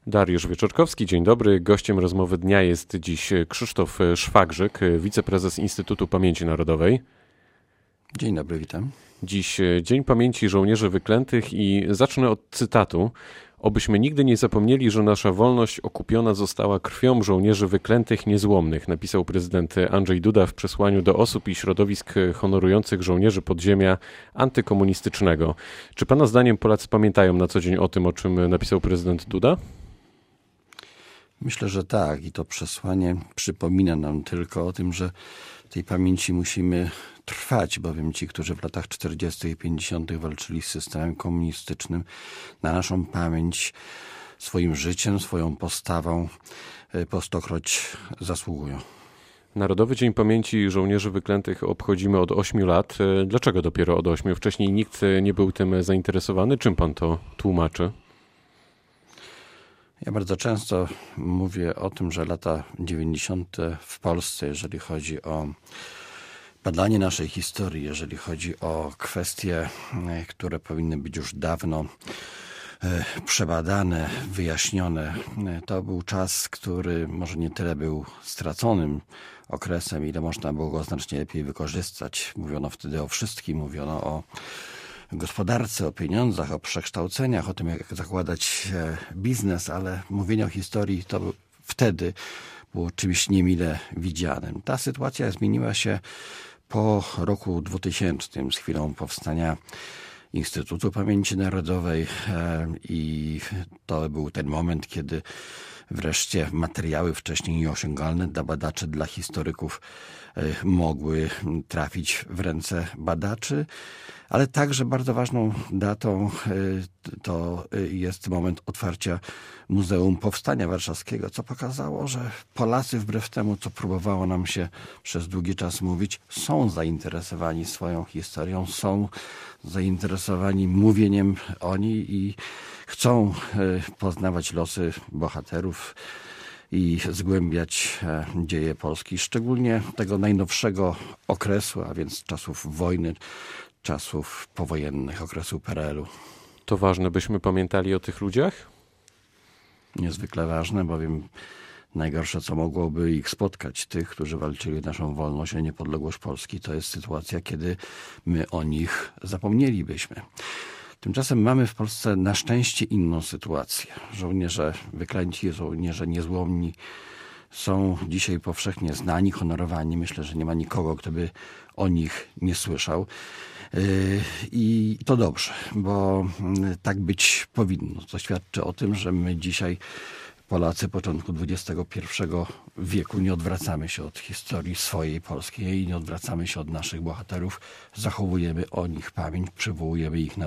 Dariusz Wieczorkowski, dzień dobry. Gościem rozmowy dnia jest dziś Krzysztof Szwagrzyk, wiceprezes Instytutu Pamięci Narodowej. Dzień dobry, witam. Dziś Dzień Pamięci Żołnierzy Wyklętych i zacznę od cytatu. Obyśmy nigdy nie zapomnieli, że nasza wolność okupiona została krwią żołnierzy wyklętych niezłomnych, napisał prezydent Andrzej Duda w przesłaniu do osób i środowisk honorujących żołnierzy podziemia antykomunistycznego. Czy pana zdaniem Polacy pamiętają na co dzień o tym, o czym napisał prezydent Duda? Myślę, że tak i to przesłanie przypomina nam tylko o tym, że tej pamięci musimy trwać, bowiem ci, którzy w latach 40. i 50. walczyli z systemem komunistycznym, na naszą pamięć swoim życiem, swoją postawą po stokroć zasługują. Narodowy Dzień Pamięci Żołnierzy Wyklętych obchodzimy od 8 lat. Dlaczego dopiero od 8? Wcześniej nikt nie był tym zainteresowany. Czym pan to tłumaczy? Ja bardzo często mówię o tym, że lata 90. w Polsce, jeżeli chodzi o badanie naszej historii, jeżeli chodzi o kwestie, które powinny być już dawno przebadane, wyjaśnione, to był czas, który może nie tyle był straconym okresem, ile można było go znacznie lepiej wykorzystać. Mówiono wtedy o wszystkim, mówiono o gospodarce, o pieniądzach, o przekształceniach, o tym, jak zakładać biznes, ale mówienie o historii to wtedy było czymś niemile widzianym. Ta sytuacja zmieniła się po roku 2000, z chwilą powstania Instytutu Pamięci Narodowej i to był ten moment, kiedy wreszcie materiały wcześniej nieosiągalne dla badaczy, dla historyków mogły trafić w ręce badaczy, ale także bardzo ważną datą to jest moment otwarcia Muzeum Powstania Warszawskiego, co pokazało, że Polacy, wbrew temu, co próbowało nam się przez długi czas mówić, są zainteresowani swoją historią, są zainteresowani mówieniem o niej i chcą poznawać losy bohaterów i zgłębiać dzieje Polski, szczególnie tego najnowszego okresu, a więc czasów wojny, czasów powojennych, okresu PRL-u. To ważne, byśmy pamiętali o tych ludziach? Niezwykle ważne, bowiem najgorsze, co mogłoby ich spotkać, tych, którzy walczyli o naszą wolność, o niepodległość Polski, to jest sytuacja, kiedy my o nich zapomnielibyśmy. Tymczasem mamy w Polsce na szczęście inną sytuację. Żołnierze wyklęci, żołnierze niezłomni są dzisiaj powszechnie znani, honorowani. Myślę, że nie ma nikogo, kto by o nich nie słyszał. I to dobrze, bo tak być powinno. To świadczy o tym, że my dzisiaj, Polacy początku XXI wieku, nie odwracamy się od historii swojej polskiej i nie odwracamy się od naszych bohaterów. Zachowujemy o nich pamięć, przywołujemy ich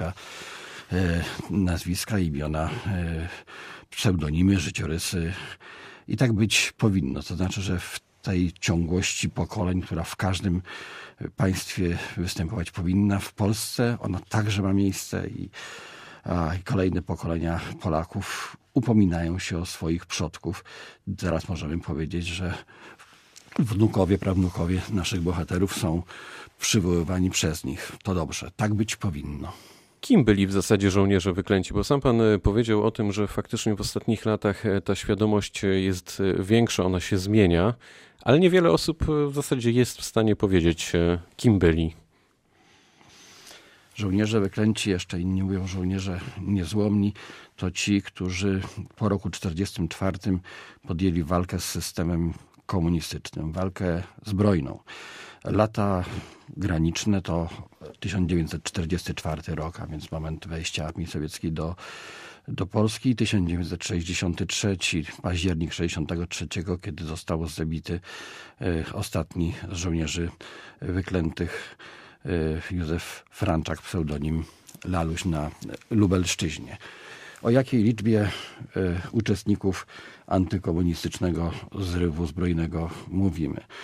nazwiska, imiona, pseudonimy, życiorysy. I tak być powinno. To znaczy, że w tej ciągłości pokoleń, która w każdym państwie występować powinna, w Polsce ona także ma miejsce i kolejne pokolenia Polaków upominają się o swoich przodków. Teraz możemy powiedzieć, że wnukowie, prawnukowie naszych bohaterów są przywoływani przez nich. To dobrze. Tak być powinno. Kim byli w zasadzie żołnierze wyklęci? Bo sam pan powiedział o tym, że faktycznie w ostatnich latach ta świadomość jest większa, ona się zmienia, ale niewiele osób w zasadzie jest w stanie powiedzieć, kim byli. Żołnierze wyklęci, jeszcze inni mówią żołnierze niezłomni, to ci, którzy po roku 1944 podjęli walkę z systemem komunistycznym, walkę zbrojną. Lata graniczne to 1944 rok, a więc moment wejścia armii sowieckiej do Polski, 1963, październik 1963, kiedy został zabity ostatni z żołnierzy wyklętych, Józef Franczak, pseudonim Laluś, na Lubelszczyźnie. O jakiej liczbie uczestników antykomunistycznego zrywu zbrojnego mówimy?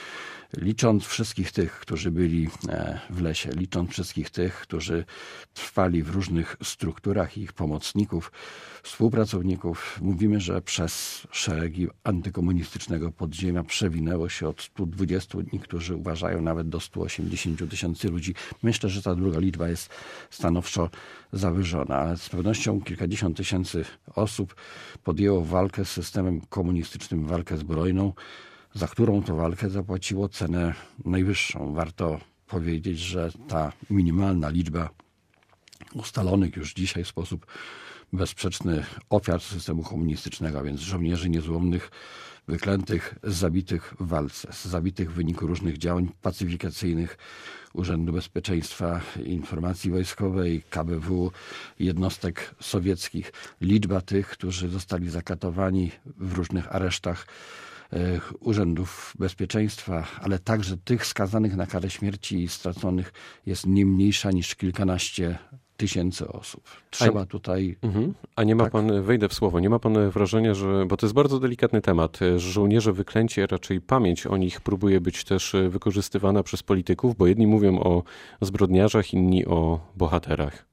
Licząc wszystkich tych, którzy byli w lesie, licząc wszystkich tych, którzy trwali w różnych strukturach i ich pomocników, współpracowników, mówimy, że przez szeregi antykomunistycznego podziemia przewinęło się od 120, niektórzy uważają nawet do 180 tysięcy ludzi. Myślę, że ta druga liczba jest stanowczo zawyżona, ale z pewnością kilkadziesiąt tysięcy osób podjęło walkę z systemem komunistycznym, walkę zbrojną, za którą to walkę zapłaciło cenę najwyższą. Warto powiedzieć, że ta minimalna liczba ustalonych już dzisiaj w sposób bezsprzeczny ofiar systemu komunistycznego, a więc żołnierzy niezłomnych, wyklętych, zabitych w walce, zabitych w wyniku różnych działań pacyfikacyjnych Urzędu Bezpieczeństwa i Informacji Wojskowej, KBW, jednostek sowieckich. Liczba tych, którzy zostali zakatowani w różnych aresztach urzędów bezpieczeństwa, ale także tych skazanych na karę śmierci i straconych jest nie mniejsza niż kilkanaście tysięcy osób. Trzeba tutaj... A nie ma pan, wejdę w słowo, nie ma pan wrażenia, że, bo to jest bardzo delikatny temat, że żołnierze wyklęci, a raczej pamięć o nich próbuje być też wykorzystywana przez polityków, bo jedni mówią o zbrodniarzach, inni o bohaterach.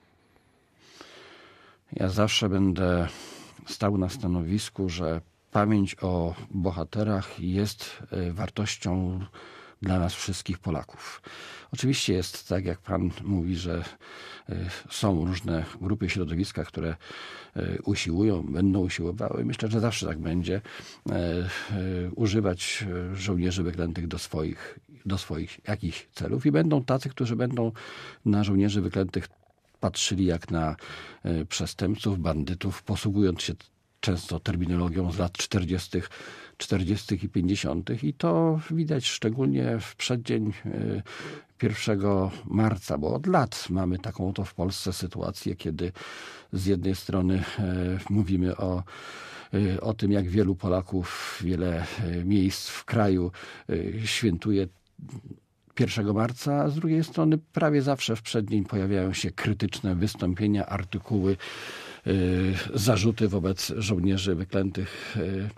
Ja zawsze będę stał na stanowisku, że pamięć o bohaterach jest wartością dla nas wszystkich Polaków. Oczywiście jest tak, jak pan mówi, że są różne grupy, środowiska, które usiłują, będą usiłowały. Myślę, że zawsze tak będzie używać żołnierzy wyklętych do swoich jakichś celów i będą tacy, którzy będą na żołnierzy wyklętych patrzyli jak na przestępców, bandytów, posługując się często terminologią z lat 40. i 50. I to widać szczególnie w przeddzień 1 marca, bo od lat mamy taką oto w Polsce sytuację, kiedy z jednej strony mówimy o tym, jak wielu Polaków, wiele miejsc w kraju świętuje 1 marca, a z drugiej strony prawie zawsze w przeddzień pojawiają się krytyczne wystąpienia, artykuły, zarzuty wobec żołnierzy wyklętych,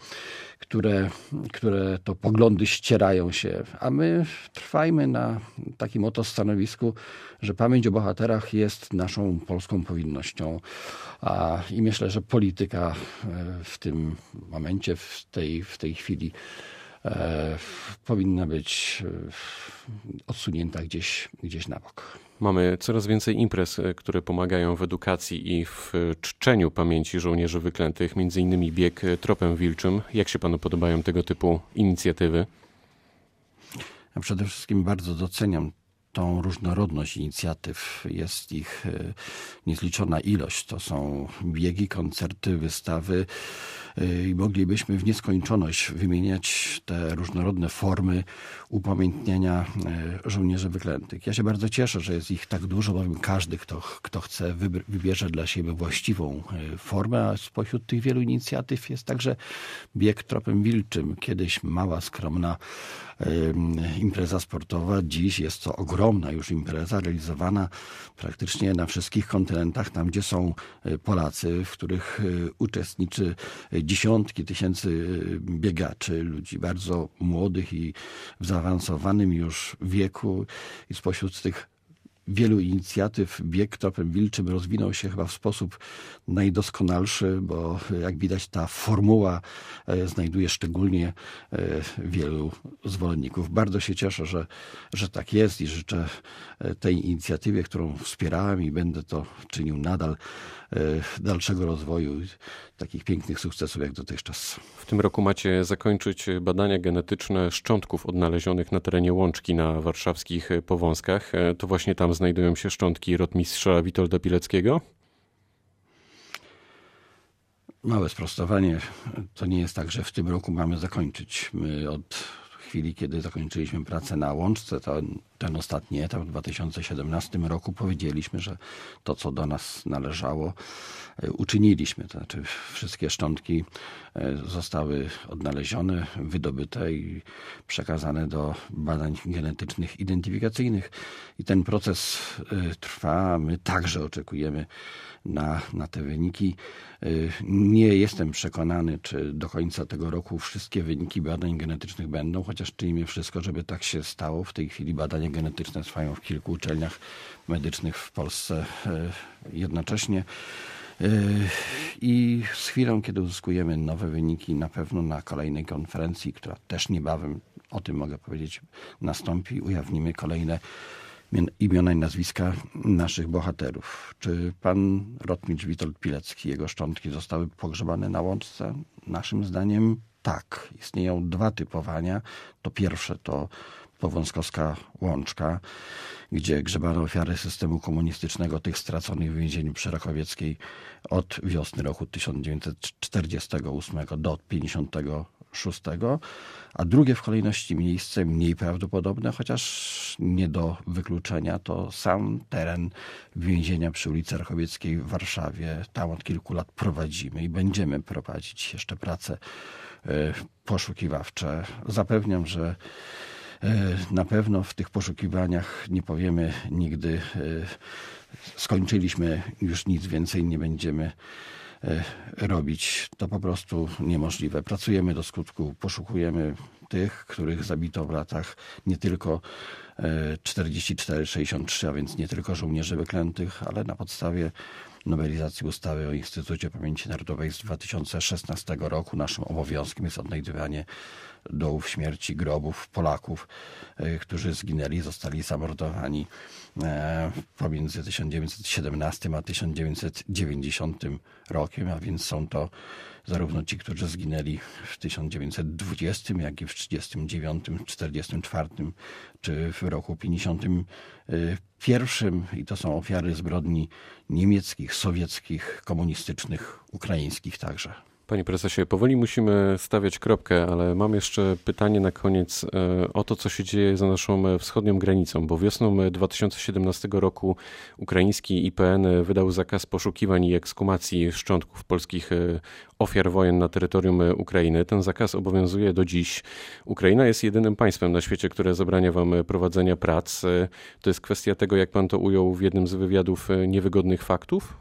które to poglądy ścierają się. A my trwajmy na takim oto stanowisku, że pamięć o bohaterach jest naszą polską powinnością. I myślę, że polityka w tym momencie, w tej chwili powinna być odsunięta gdzieś na bok. Mamy coraz więcej imprez, które pomagają w edukacji i w czczeniu pamięci żołnierzy wyklętych, między innymi bieg Tropem Wilczym. Jak się panu podobają tego typu inicjatywy? Ja przede wszystkim bardzo doceniam tą różnorodność inicjatyw. Jest ich niezliczona ilość. To są biegi, koncerty, wystawy i moglibyśmy w nieskończoność wymieniać te różnorodne formy upamiętniania żołnierzy wyklętych. Ja się bardzo cieszę, że jest ich tak dużo, bowiem każdy, kto chce, wybierze dla siebie właściwą formę, a spośród tych wielu inicjatyw jest także bieg Tropem Wilczym. Kiedyś mała, skromna impreza sportowa. Dziś jest to ogromna już impreza realizowana praktycznie na wszystkich kontynentach, tam gdzie są Polacy, w których uczestniczy dziesiątki tysięcy biegaczy, ludzi bardzo młodych i w zaawansowanym już wieku. I spośród tych wielu inicjatyw bieg Tropem Wilczym rozwinął się chyba w sposób najdoskonalszy, bo jak widać ta formuła znajduje szczególnie wielu zwolenników. Bardzo się cieszę, że tak jest i życzę tej inicjatywie, którą wspierałem i będę to czynił nadal, dalszego rozwoju i takich pięknych sukcesów jak dotychczas. W tym roku macie zakończyć badania genetyczne szczątków odnalezionych na terenie Łączki na warszawskich Powązkach. To właśnie tam znajdują się szczątki rotmistrza Witolda Pileckiego? Małe sprostowanie. To nie jest tak, że w tym roku mamy zakończyć. My od chwili, kiedy zakończyliśmy pracę na Łączce, ten ostatni etap w 2017 roku powiedzieliśmy, że to, co do nas należało, uczyniliśmy. To znaczy wszystkie szczątki zostały odnalezione, wydobyte i przekazane do badań genetycznych, identyfikacyjnych. I ten proces trwa. My także oczekujemy na te wyniki. Nie jestem przekonany, czy do końca tego roku wszystkie wyniki badań genetycznych będą, chociaż czynimy wszystko, żeby tak się stało. W tej chwili badania genetyczne trwają w kilku uczelniach medycznych w Polsce jednocześnie. I z chwilą, kiedy uzyskujemy nowe wyniki, na pewno na kolejnej konferencji, która też niebawem, o tym mogę powiedzieć, nastąpi, ujawnimy kolejne imiona i nazwiska naszych bohaterów. Czy pan rotmistrz Witold Pilecki, jego szczątki zostały pogrzebane na Łączce? Naszym zdaniem tak. Istnieją dwa typowania. To pierwsze to Powązkowska Łączka, gdzie grzebano ofiary systemu komunistycznego, tych straconych w więzieniu przy Rakowieckiej od wiosny roku 1948 do 1956, a drugie w kolejności miejsce mniej prawdopodobne, chociaż nie do wykluczenia, to sam teren więzienia przy ulicy Rakowieckiej w Warszawie. Tam od kilku lat prowadzimy i będziemy prowadzić jeszcze prace poszukiwawcze. Zapewniam, że na pewno w tych poszukiwaniach nie powiemy nigdy skończyliśmy, już nic więcej nie będziemy robić. To po prostu niemożliwe. Pracujemy do skutku, poszukujemy tych, których zabito w latach nie tylko 44-63, a więc nie tylko żołnierzy wyklętych, ale na podstawie nowelizacji ustawy o Instytucie Pamięci Narodowej z 2016 roku naszym obowiązkiem jest odnajdywanie dołów śmierci, grobów Polaków, którzy zginęli, zostali zamordowani pomiędzy 1917 a 1990 rokiem, a więc są to zarówno ci, którzy zginęli w 1920, jak i w 1939, 1944 czy w roku 1951. I to są ofiary zbrodni niemieckich, sowieckich, komunistycznych, ukraińskich także. Panie prezesie, powoli musimy stawiać kropkę, ale mam jeszcze pytanie na koniec o to, co się dzieje za naszą wschodnią granicą, bo wiosną 2017 roku ukraiński IPN wydał zakaz poszukiwań i ekshumacji szczątków polskich ofiar wojen na terytorium Ukrainy. Ten zakaz obowiązuje do dziś. Ukraina jest jedynym państwem na świecie, które zabrania wam prowadzenia prac. To jest kwestia tego, jak pan to ujął w jednym z wywiadów, niewygodnych faktów?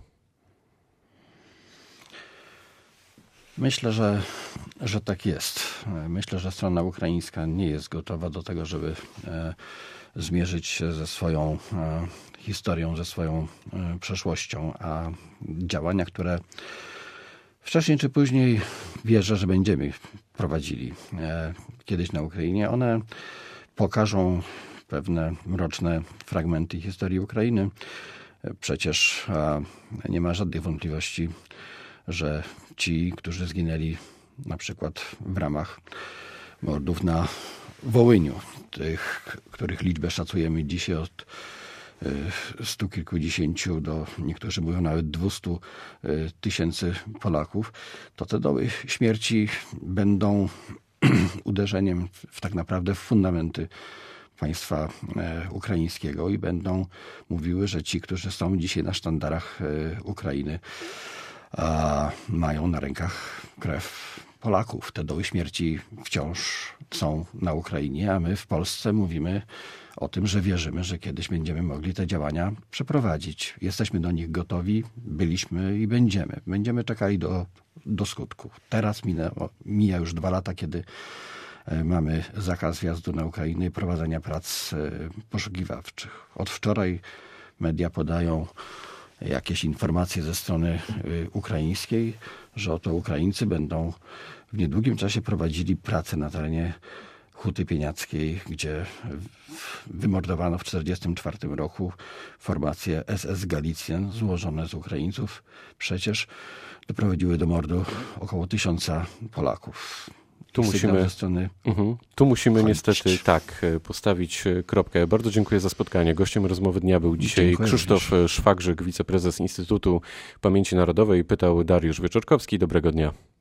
Myślę, że tak jest. Myślę, że strona ukraińska nie jest gotowa do tego, żeby zmierzyć się ze swoją historią, ze swoją przeszłością, a działania, które wcześniej czy później wierzę, że będziemy prowadzili kiedyś na Ukrainie, one pokażą pewne mroczne fragmenty historii Ukrainy. Przecież nie ma żadnych wątpliwości, że ci, którzy zginęli na przykład w ramach mordów na Wołyniu, tych, których liczbę szacujemy dzisiaj od 100 kilkudziesięciu do, niektórzy mówią nawet 200 tysięcy Polaków, to te doły śmierci będą uderzeniem w tak naprawdę w fundamenty państwa ukraińskiego i będą mówiły, że ci, którzy są dzisiaj na sztandarach Ukrainy, mają na rękach krew Polaków. Te doły śmierci wciąż są na Ukrainie, a my w Polsce mówimy o tym, że wierzymy, że kiedyś będziemy mogli te działania przeprowadzić. Jesteśmy do nich gotowi, byliśmy i będziemy. Będziemy czekali do skutku. Teraz mija już 2 lata, kiedy mamy zakaz wjazdu na Ukrainę i prowadzenia prac poszukiwawczych. Od wczoraj media podają jakieś informacje ze strony ukraińskiej, że oto Ukraińcy będą w niedługim czasie prowadzili pracę na terenie Huty Pieniackiej, gdzie wymordowano w 1944 roku formacje SS Galicjan złożone z Ukraińców. Przecież doprowadziły do mordu około 1000 Polaków. Tu musimy niestety postawić kropkę. Bardzo dziękuję za spotkanie. Gościem rozmowy dnia był dzisiaj Krzysztof Szwagrzyk, wiceprezes Instytutu Pamięci Narodowej. Pytał Dariusz Wieczorkowski. Dobrego dnia.